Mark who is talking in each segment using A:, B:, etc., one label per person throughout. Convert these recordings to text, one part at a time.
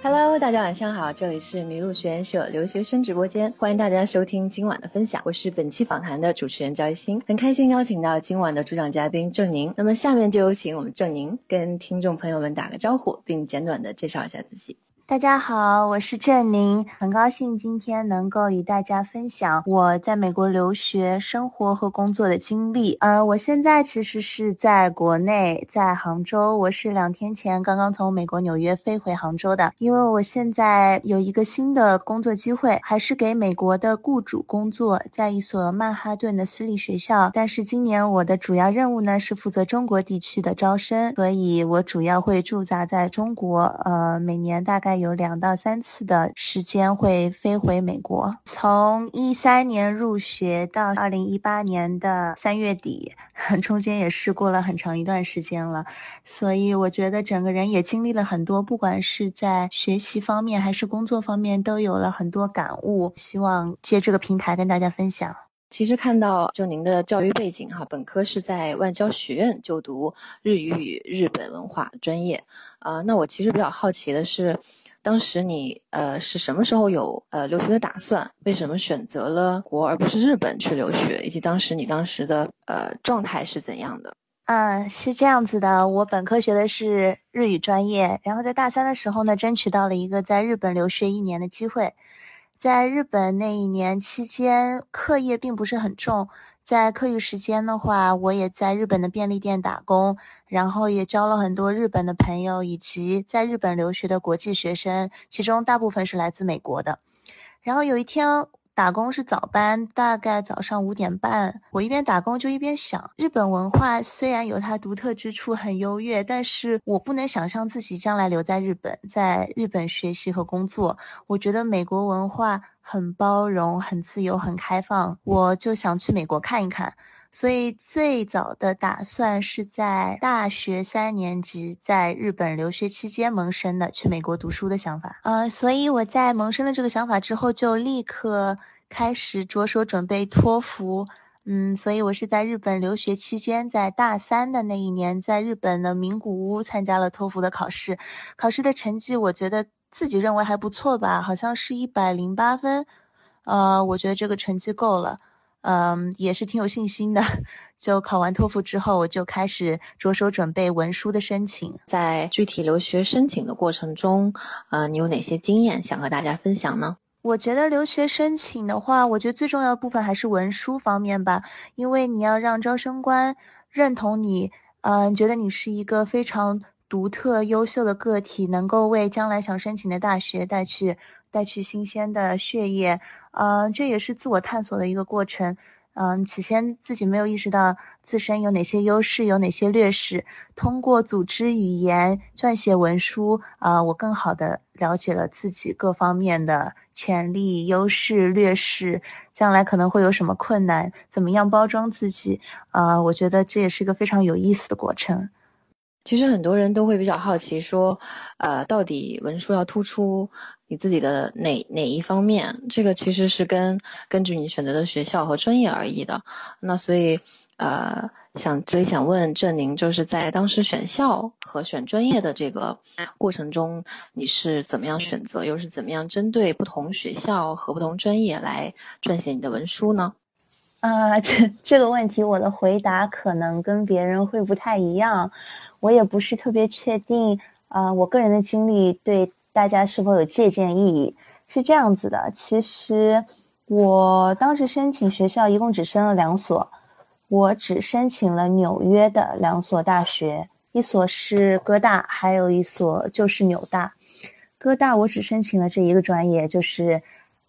A: Hello， 大家晚上好，这里是麋鹿学院社留学生直播间，欢迎大家收听今晚的分享，我是本期访谈的主持人赵一新，很开心邀请到今晚的主讲嘉宾郑宁。那么下面就有请我们郑宁跟听众朋友们打个招呼，并简短的介绍一下自己。
B: 大家好，我是郑宁，很高兴今天能够与大家分享我在美国留学生活和工作的经历。我现在其实是在国内，在杭州，我是2天前刚刚从美国纽约飞回杭州的，因为我现在有一个新的工作机会，还是给美国的雇主工作，在一所曼哈顿的私立学校，但是今年我的主要任务呢是负责中国地区的招生，所以我主要会驻扎在中国，每年大概有2到3次的时间会飞回美国。从13年入学到2018年的3月底，中间也是过了很长一段时间了，所以我觉得整个人也经历了很多，不管是在学习方面还是工作方面都有了很多感悟，希望借这个平台跟大家分享。
A: 其实看到就您的教育背景哈，本科是在外交学院就读日语与日本文化专业那我其实比较好奇的是，当时你是什么时候有留学的打算？为什么选择了国而不是日本去留学？以及当时的状态是怎样的？
B: 是这样子的，我本科学的是日语专业，然后在大3的时候呢，争取到了一个在日本留学1年的机会。在日本那1年期间，课业并不是很重，在课余时间的话，我也在日本的便利店打工，然后也交了很多日本的朋友，以及在日本留学的国际学生，其中大部分是来自美国的。然后有一天打工是早班，大概早上5点半，我一边打工就一边想，日本文化虽然有它独特之处，很优越，但是我不能想象自己将来留在日本，在日本学习和工作。我觉得美国文化很包容，很自由，很开放，我就想去美国看一看。所以最早的打算是在大学3年级在日本留学期间萌生的去美国读书的想法。所以我在萌生了这个想法之后，就立刻开始着手准备托福。所以我是在日本留学期间，在大3的那一年，在日本的名古屋参加了托福的考试。考试的成绩我觉得自己认为还不错吧，好像是108分。我觉得这个成绩够了。也是挺有信心的。就考完托福之后，我就开始着手准备文书的申请。
A: 在具体留学申请的过程中，你有哪些经验想和大家分享呢？
B: 我觉得留学申请的话，我觉得最重要的部分还是文书方面吧，因为你要让招生官认同你，觉得你是一个非常独特优秀的个体，能够为将来想申请的大学带去新鲜的血液。这也是自我探索的一个过程。起先自己没有意识到自身有哪些优势，有哪些劣势。通过组织语言、撰写文书，我更好的了解了自己各方面的潜力、优势、劣势，将来可能会有什么困难，怎么样包装自己。我觉得这也是一个非常有意思的过程。
A: 其实很多人都会比较好奇说，到底文书要突出你自己的哪一方面？这个其实是根据你选择的学校和专业而异的。那所以，这里想问郑宁，就是在当时选校和选专业的这个过程中，你是怎么样选择，又是怎么样针对不同学校和不同专业来撰写你的文书呢？
B: 这个问题我的回答可能跟别人会不太一样，我也不是特别确定我个人的经历对大家是否有借鉴意义。是这样子的，其实我当时申请学校一共只申了2所，我只申请了纽约的2所大学，一所是哥大，还有一所就是纽大。哥大我只申请了这一个专业，就是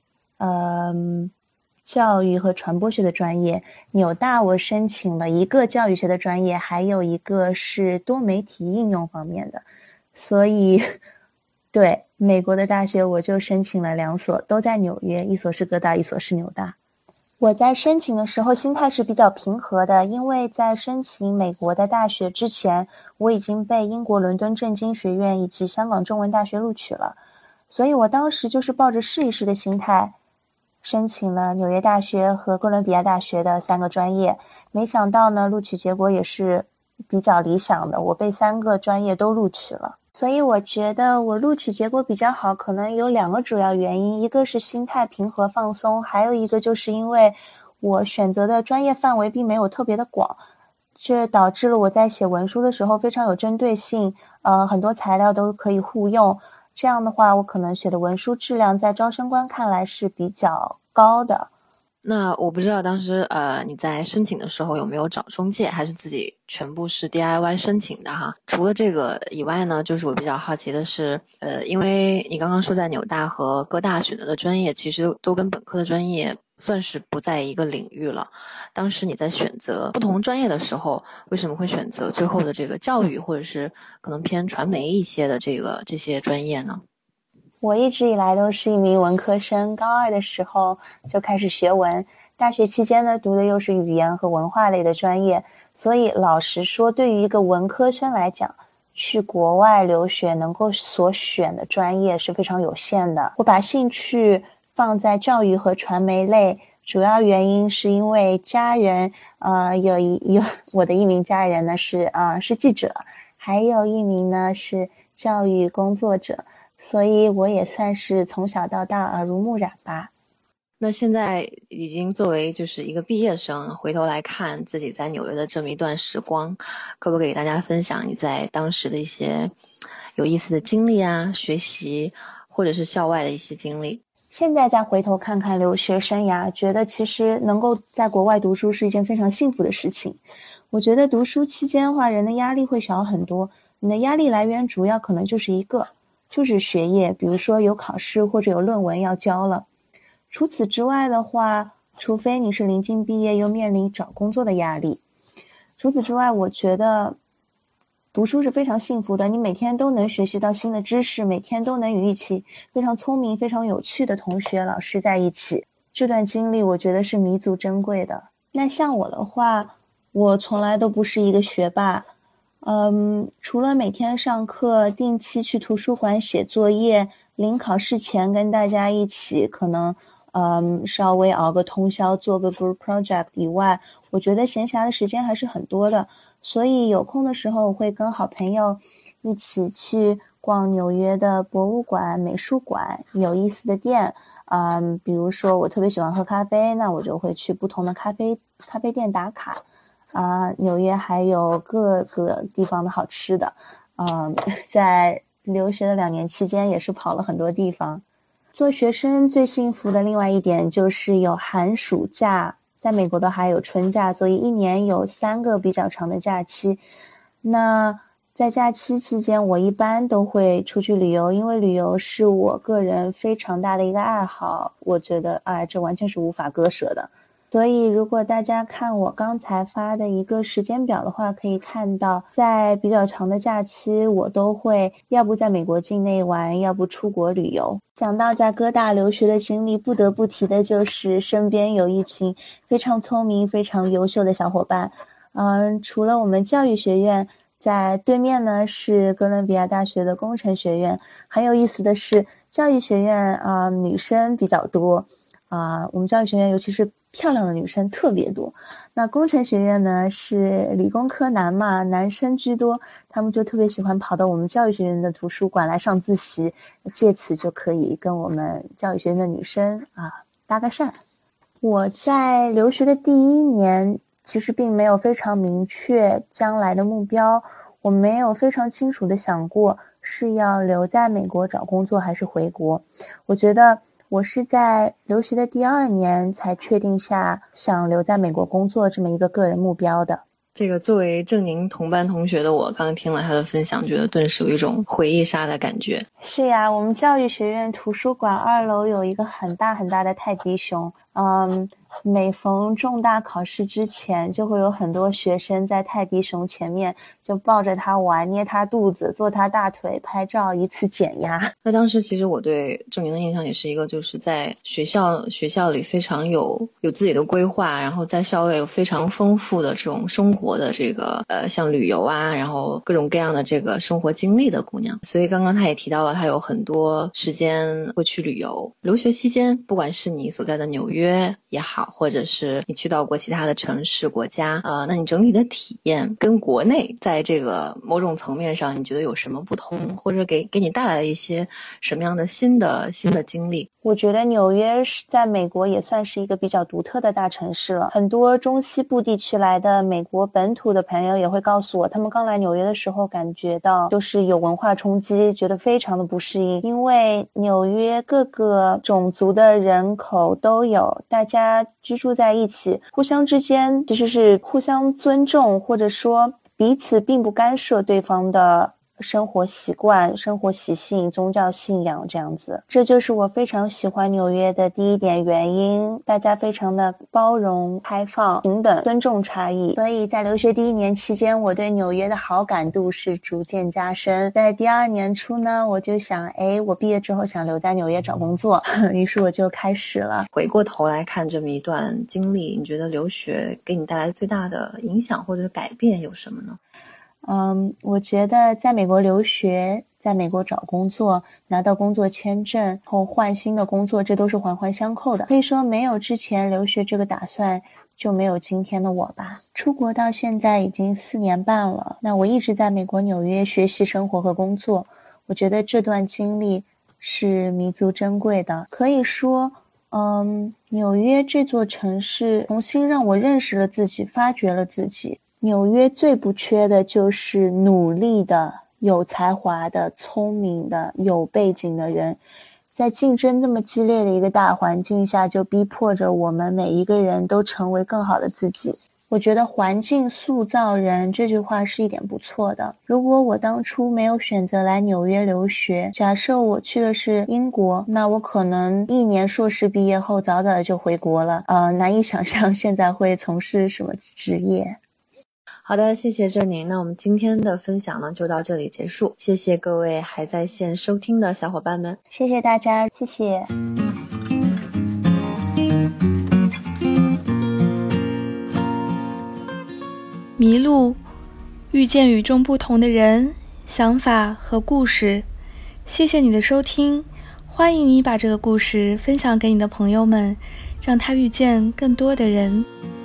B: 教育和传播学的专业。纽大我申请了一个教育学的专业，还有一个是多媒体应用方面的。所以对美国的大学我就申请了2所，都在纽约，一所是哥大，一所是纽大。我在申请的时候心态是比较平和的，因为在申请美国的大学之前，我已经被英国伦敦政经学院以及香港中文大学录取了，所以我当时就是抱着试一试的心态申请了纽约大学和哥伦比亚大学的3个专业。没想到呢，录取结果也是比较理想的，我被3个专业都录取了。 所以我觉得我录取结果比较好，可能有2个主要原因，一个是心态平和放松，还有一个就是因为我选择的专业范围并没有特别的广，这导致了我在写文书的时候非常有针对性，很多材料都可以互用。这样的话，我可能写的文书质量在招生官看来是比较高的。
A: 那我不知道当时你在申请的时候有没有找中介，还是自己全部是 DIY 申请的哈？除了这个以外呢，就是我比较好奇的是，因为你刚刚说在纽大和哥大选择的专业，其实都跟本科的专业算是不在一个领域了。当时你在选择不同专业的时候，为什么会选择最后的这个教育，或者是可能偏传媒一些的这些专业呢？
B: 我一直以来都是一名文科生，高2的时候就开始学文，大学期间呢读的又是语言和文化类的专业，所以老实说，对于一个文科生来讲，去国外留学能够所选的专业是非常有限的。我把兴趣放在教育和传媒类，主要原因是因为家人，有我的一名家人呢是记者，还有一名呢是教育工作者。所以我也算是从小到大耳濡目染吧。
A: 那现在已经作为就是一个毕业生，回头来看自己在纽约的这么一段时光，可不可以给大家分享你在当时的一些有意思的经历啊，学习或者是校外的一些经历？
B: 现在再回头看看留学生涯，觉得其实能够在国外读书是一件非常幸福的事情。我觉得读书期间的话，人的压力会小很多，你的压力来源主要可能就是一个，就是学业，比如说有考试或者有论文要交了。除此之外的话，除非你是临近毕业又面临找工作的压力，除此之外，我觉得读书是非常幸福的，你每天都能学习到新的知识，每天都能与一起非常聪明、非常有趣的同学、老师在一起，这段经历我觉得是弥足珍贵的。那像我的话，我从来都不是一个学霸，除了每天上课、定期去图书馆写作业，临考试前跟大家一起可能稍微熬个通宵做个 group project 以外，我觉得闲暇的时间还是很多的，所以有空的时候我会跟好朋友一起去逛纽约的博物馆、美术馆、有意思的店，比如说我特别喜欢喝咖啡，那我就会去不同的咖啡店打卡，纽约还有各个地方的好吃的，在留学的2年期间也是跑了很多地方。做学生最幸福的另外一点就是有寒暑假，在美国的还有春假，所以一年有3个比较长的假期。那在假期期间，我一般都会出去旅游，因为旅游是我个人非常大的一个爱好，我觉得这完全是无法割舍的。所以如果大家看我刚才发的一个时间表的话，可以看到在比较长的假期我都会要不在美国境内玩，要不出国旅游。讲到在哥大留学的经历，不得不提的就是身边有一群非常聪明非常优秀的小伙伴。除了我们教育学院，在对面呢是哥伦比亚大学的工程学院。很有意思的是教育学院女生比较多，我们教育学院尤其是漂亮的女生特别多。那工程学院呢是理工科男嘛，男生居多，他们就特别喜欢跑到我们教育学院的图书馆来上自习，借此就可以跟我们教育学院的女生搭个讪。我在留学的第1年其实并没有非常明确将来的目标，我没有非常清楚的想过是要留在美国找工作还是回国。我觉得我是在留学的第2年才确定下想留在美国工作这么一个个人目标的。
A: 这个作为郑宁同班同学的我，刚听了他的分享，觉得顿时有一种回忆杀的感觉。
B: 是呀，我们教育学院图书馆2楼有一个很大很大的泰迪熊，每逢重大考试之前，就会有很多学生在泰迪熊前面就抱着它玩，捏它肚子，坐它大腿，拍照，以此减压。
A: 那当时其实我对郑宁的印象也是一个就是在学校里非常有自己的规划，然后在校外有非常丰富的这种生活的这个像旅游啊，然后各种各样的这个生活经历的姑娘。所以刚刚她也提到了她有很多时间会去旅游。留学期间不管是你所在的纽约约也好，或者是你去到过其他的城市国家，那你整体的体验跟国内在这个某种层面上你觉得有什么不同，或者给你带来了一些什么样的新的经历？
B: 我觉得纽约是在美国也算是一个比较独特的大城市了，很多中西部地区来的美国本土的朋友也会告诉我，他们刚来纽约的时候感觉到就是有文化冲击，觉得非常的不适应，因为纽约各个种族的人口都有，大家居住在一起，互相之间其实是互相尊重，或者说彼此并不干涉对方的生活习惯、生活习性、宗教信仰这样子，这就是我非常喜欢纽约的第一点原因，大家非常的包容、开放、平等、尊重差异。所以在留学第1年期间，我对纽约的好感度是逐渐加深。在第2年初呢，我就想，我毕业之后想留在纽约找工作，于是我就开始了。
A: 回过头来看这么一段经历，你觉得留学给你带来最大的影响或者是改变有什么呢？
B: 我觉得在美国留学，在美国找工作，拿到工作签证后换新的工作，这都是环环相扣的。可以说没有之前留学这个打算，就没有今天的我吧。出国到现在已经4年半了，那我一直在美国纽约学习生活和工作，我觉得这段经历是弥足珍贵的。可以说纽约这座城市重新让我认识了自己，发掘了自己。纽约最不缺的就是努力的、有才华的、聪明的、有背景的人。在竞争这么激烈的一个大环境下，就逼迫着我们每一个人都成为更好的自己。我觉得环境塑造人这句话是一点不错的。如果我当初没有选择来纽约留学，假设我去的是英国，那我可能1年硕士毕业后早早就回国了。难以想象现在会从事什么职业。
A: 好的，谢谢郑宁。那我们今天的分享呢，就到这里结束。谢谢各位还在线收听的小伙伴们，
B: 谢谢大家，谢谢。
C: 迷路，遇见与众不同的人、想法和故事。谢谢你的收听，欢迎你把这个故事分享给你的朋友们，让他遇见更多的人。